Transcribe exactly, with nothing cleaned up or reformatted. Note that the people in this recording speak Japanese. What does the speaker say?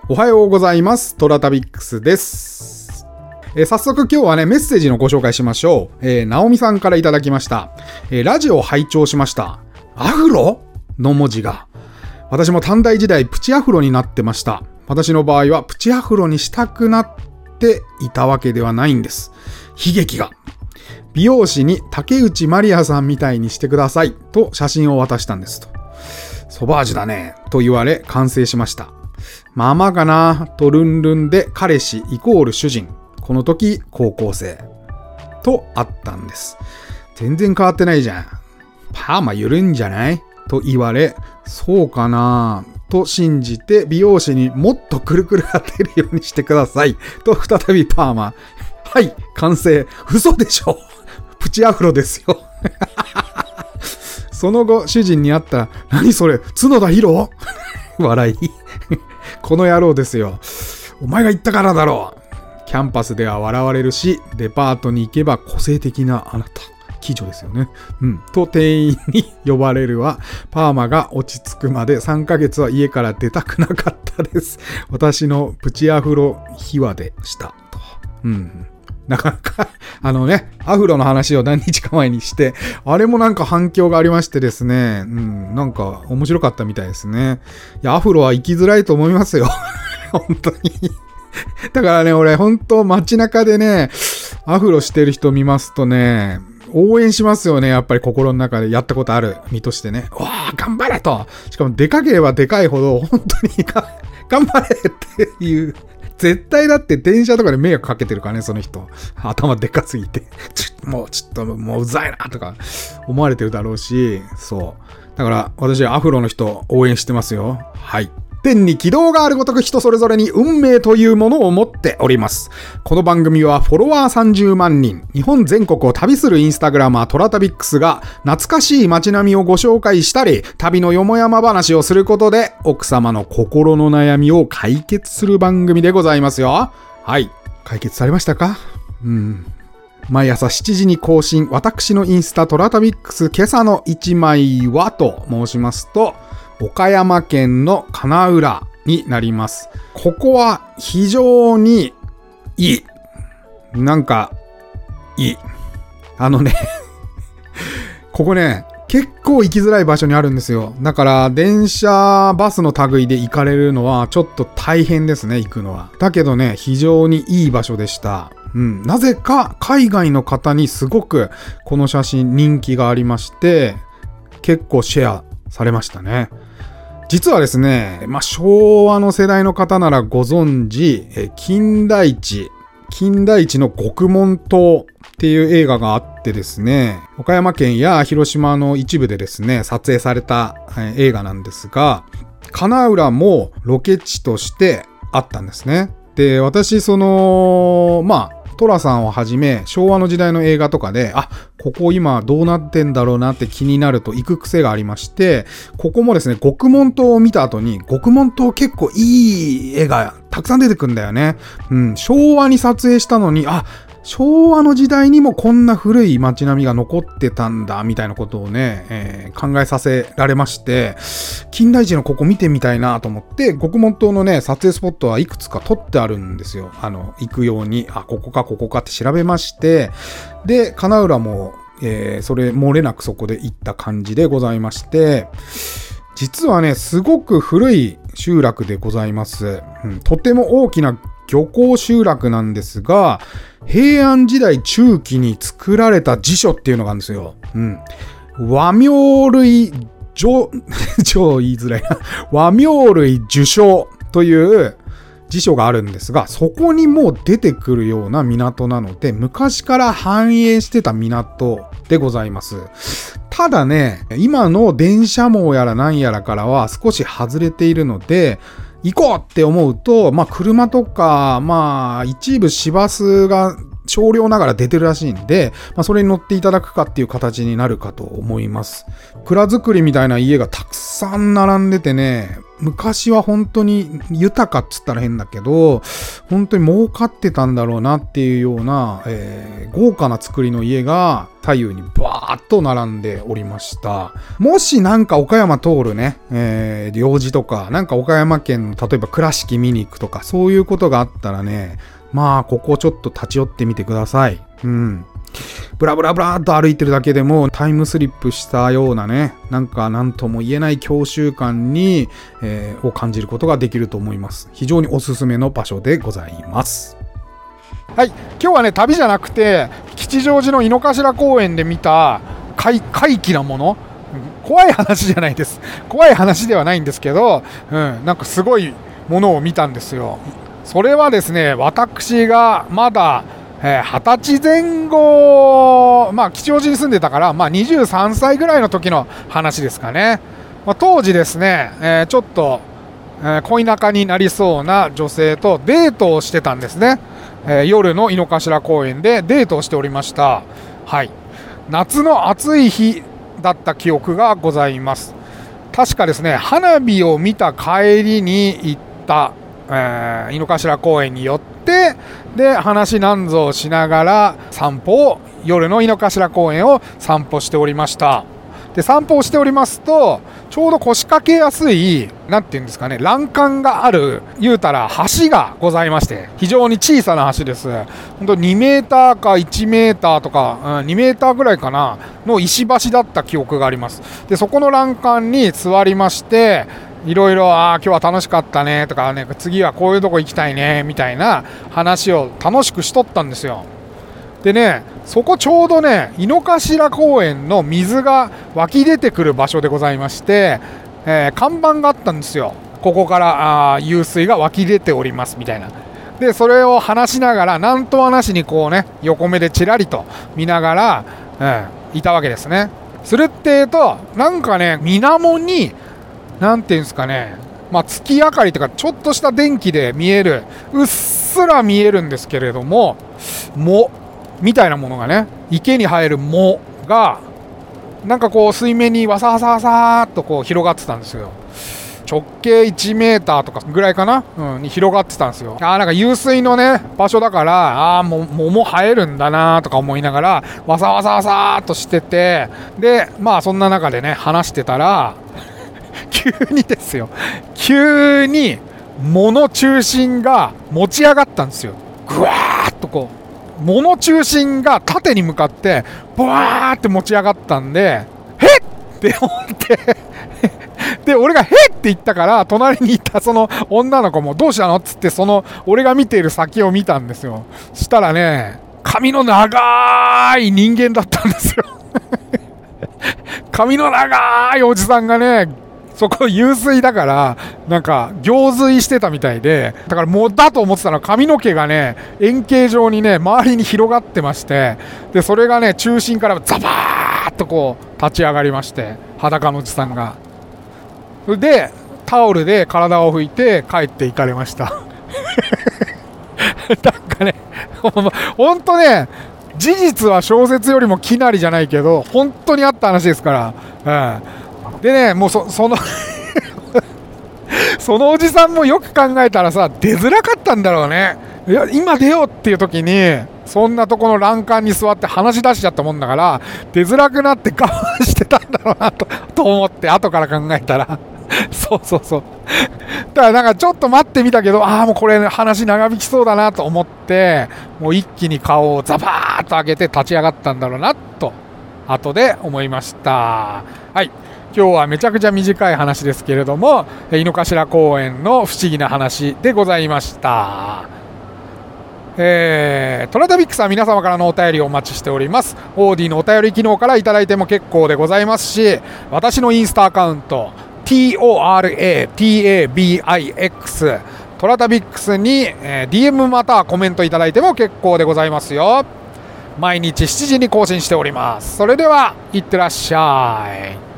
おはようございます。トラタビックスです。えー、早速今日はね、メッセージのご紹介しましょう。えー、なおみさんからいただきました。えー、ラジオを拝聴しました。アフロの文字が。私も短大時代プチアフロになってました。私の場合はプチアフロにしたくなっていたわけではないんです。悲劇が。美容師に竹内まりやさんみたいにしてくださいと写真を渡したんですと。ソバージュだねと言われ完成しました。まあまあかなとルンルンで彼氏イコール主人。この時高校生とあったんです。全然変わってないじゃん。パーマ緩いんじゃないと言われ、そうかなと信じて美容師にもっとくるくる当てるようにしてくださいと再びパーマ。はい、完成。嘘でしょ。プチアフロですよ。その後主人に会ったら、何それ角田博笑い。この野郎ですよ。お前が言ったからだろう。キャンパスでは笑われるし、デパートに行けば個性的なあなた。貴女ですよね。うん。と店員に呼ばれるわ。パーマが落ち着くまでさんかげつは家から出たくなかったです。私のプチアフロ秘話でした。と。うん。なかなか、あのね、アフロの話を何日か前にして、あれもなんか反響がありましてですね、うん、なんか面白かったみたいですね。いや、アフロは生きづらいと思いますよ。本当に。だからね、俺、本当街中でね、アフロしてる人見ますとね、応援しますよね。やっぱり心の中でやったことある身としてね。わー、頑張れと。しかもでかければでかいほど、本当に頑張れっていう。絶対だって電車とかで迷惑かけてるからね、その人。頭でかすぎて。ちょもうちょっともううざいなとか思われてるだろうし、そう。だから私はアフロの人応援してますよ。はい。天に軌道があるごとく人それぞれに運命というものを持っております。この番組はフォロワーさんじゅうまんにん、日本全国を旅するインスタグラマートラタビックスが懐かしい街並みをご紹介したり、旅のよもやま話をすることで奥様の心の悩みを解決する番組でございますよ。はい。解決されましたか？うん。毎朝しちじに更新、私のインスタトラタビックス今朝のいちまいはと申しますと、岡山県の金浦になります。ここは非常にいい。なんか、いい。あのね、ここね、結構行きづらい場所にあるんですよ。だから、電車、バスの類で行かれるのはちょっと大変ですね、行くのは。だけどね、非常にいい場所でした。うん。なぜか、海外の方にすごくこの写真人気がありまして、結構シェアされましたね。実はですね、まあ、昭和の世代の方ならご存知、え金田一、金田一の獄門島っていう映画があってですね、岡山県や広島の一部でですね、撮影された、え映画なんですが、金浦もロケ地としてあったんですね。で、私、その、まあ、トラさんをはじめ昭和の時代の映画とかで、あ、ここ今どうなってんだろうなって気になると行く癖がありまして、ここもですね、獄門島を見た後に、獄門島結構いい絵がたくさん出てくるんだよね。うん、昭和に撮影したのに、あ、昭和の時代にもこんな古い街並みが残ってたんだみたいなことをね、えー、考えさせられまして、金田一のここ見てみたいなと思って、獄門島のね撮影スポットはいくつか撮ってあるんですよ。あの行くように、あ、ここかここかって調べまして、で金浦も、えー、それ漏れなくそこで行った感じでございまして、実はねすごく古い集落でございます。うん、とても大きな漁港集落なんですが、平安時代中期に作られた辞書っていうのがあるんですよ。うん。和名類上、超言いづらいな。和名類受賞という辞書があるんですが、そこにもう出てくるような港なので、昔から繁栄してた港でございます。ただね、今の電車網やら何やらからは少し外れているので、行こうって思うと、まあ車とか、まあ一部市バスが少量ながら出てるらしいんで、まあそれに乗っていただくかっていう形になるかと思います。蔵造りみたいな家がたくさん並んでてね、 昔は本当に豊かっつったら変だけど、本当に儲かってたんだろうなっていうような、えー、豪華な作りの家が左右にバーッと並んでおりました。もしなんか岡山通るね、えー、用事とか、なんか岡山県の例えば倉敷見に行くとか、そういうことがあったらね、まあここちょっと立ち寄ってみてください。うん。ブラブラブラーっと歩いてるだけでもタイムスリップしたようなね、なんか何とも言えない郷愁感に、えー、を感じることができると思います。非常におすすめの場所でございます。はい、今日はね、旅じゃなくて吉祥寺の井の頭公園で見た怪奇なもの、怖い話じゃないです。怖い話ではないんですけど、うん、なんかすごいものを見たんですよ。それはですね、私がまだえー、はたちぜん後、まあ吉祥寺に住んでたから、まあにじゅうさんさいぐらいの時の話ですかね。まあ、当時ですね、えー、ちょっと、えー、恋仲になりそうな女性とデートをしてたんですね。えー、夜の井の頭公園でデートをしておりました。はい。夏の暑い日だった記憶がございます。確かですね、花火を見た帰りに行った、えー、井の頭公園によってで, で話なんぞをしながら散歩を夜の井の頭公園を散歩しておりました。で散歩をしておりますと、ちょうど腰掛けやすいなんていうんですかね、欄干がある言うたら橋がございまして、非常に小さな橋です。本当にメーターかいちメーターとか、うん、にメーターぐらいかなの石橋だった記憶があります。でそこの欄干に座りまして、いろいろ、ああ今日は楽しかったねとかね、次はこういうとこ行きたいねみたいな話を楽しくしとったんですよ。でね、そこちょうどね、井の頭公園の水が湧き出てくる場所でございまして、えー、看板があったんですよ。ここからあ湧水が湧き出ておりますみたいな。でそれを話しながら、なんとはなしにこうね、横目でちらりと見ながら、うん、いたわけですね。するってえと、なんかね、水面になんていうんですかね、まあ、月明かりとかちょっとした電気で見える、うっすら見えるんですけれども、藻みたいなものがね、池に生える藻がなんかこう水面にわさわさわさーっとこう広がってたんですよ。直径いちメーターとかぐらいかな、うん、に広がってたんですよ。あーなんか湧水のね場所だから、ああもう藻生えるんだなとか思いながらわさわさわさーっとしてて、でまあそんな中でね話してたら急にですよ、急に藻の中心が持ち上がったんですよ。ぐわーっとこう藻の中心が縦に向かってブワーって持ち上がったんで、へっって思ってで俺がへっって言ったから、隣にいたその女の子もどうしたのっつって、その俺が見ている先を見たんですよ。したらね、髪の長い人間だったんですよ髪の長いおじさんがね、そこ湧水だからなんか行水してたみたいで、だからもうだと思ってたら髪の毛がね円形状にね周りに広がってまして、でそれがね中心からザバーッとこう立ち上がりまして、裸のおじさんがでタオルで体を拭いて帰っていかれましたなんかねほんとね、事実は小説よりもきなりじゃないけど本当にあった話ですから、うん、でねもう そ, そのそのおじさんもよく考えたらさ、出づらかったんだろうね。いや今出ようっていう時にそんなとこの欄干に座って話し出しちゃったもんだから、出づらくなって我慢してたんだろうな と, と思って後から考えたらそうそうそう、だからなんかちょっと待ってみたけど、ああもうこれ、ね、話長引きそうだなと思って、もう一気に顔をザバーッと開けて立ち上がったんだろうなと後で思いました。はい、今日はめちゃくちゃ短い話ですけれども、井の頭公園の不思議な話でございました。えー、トラタビックスは皆様からのお便りをお待ちしております。オーディのお便り機能からいただいても結構でございますし、私のインスタアカウント トラタビックス トラタビックスに、えー、ディーエム またはコメントいただいても結構でございますよ。毎日しちじに更新しております。それではいってらっしゃい。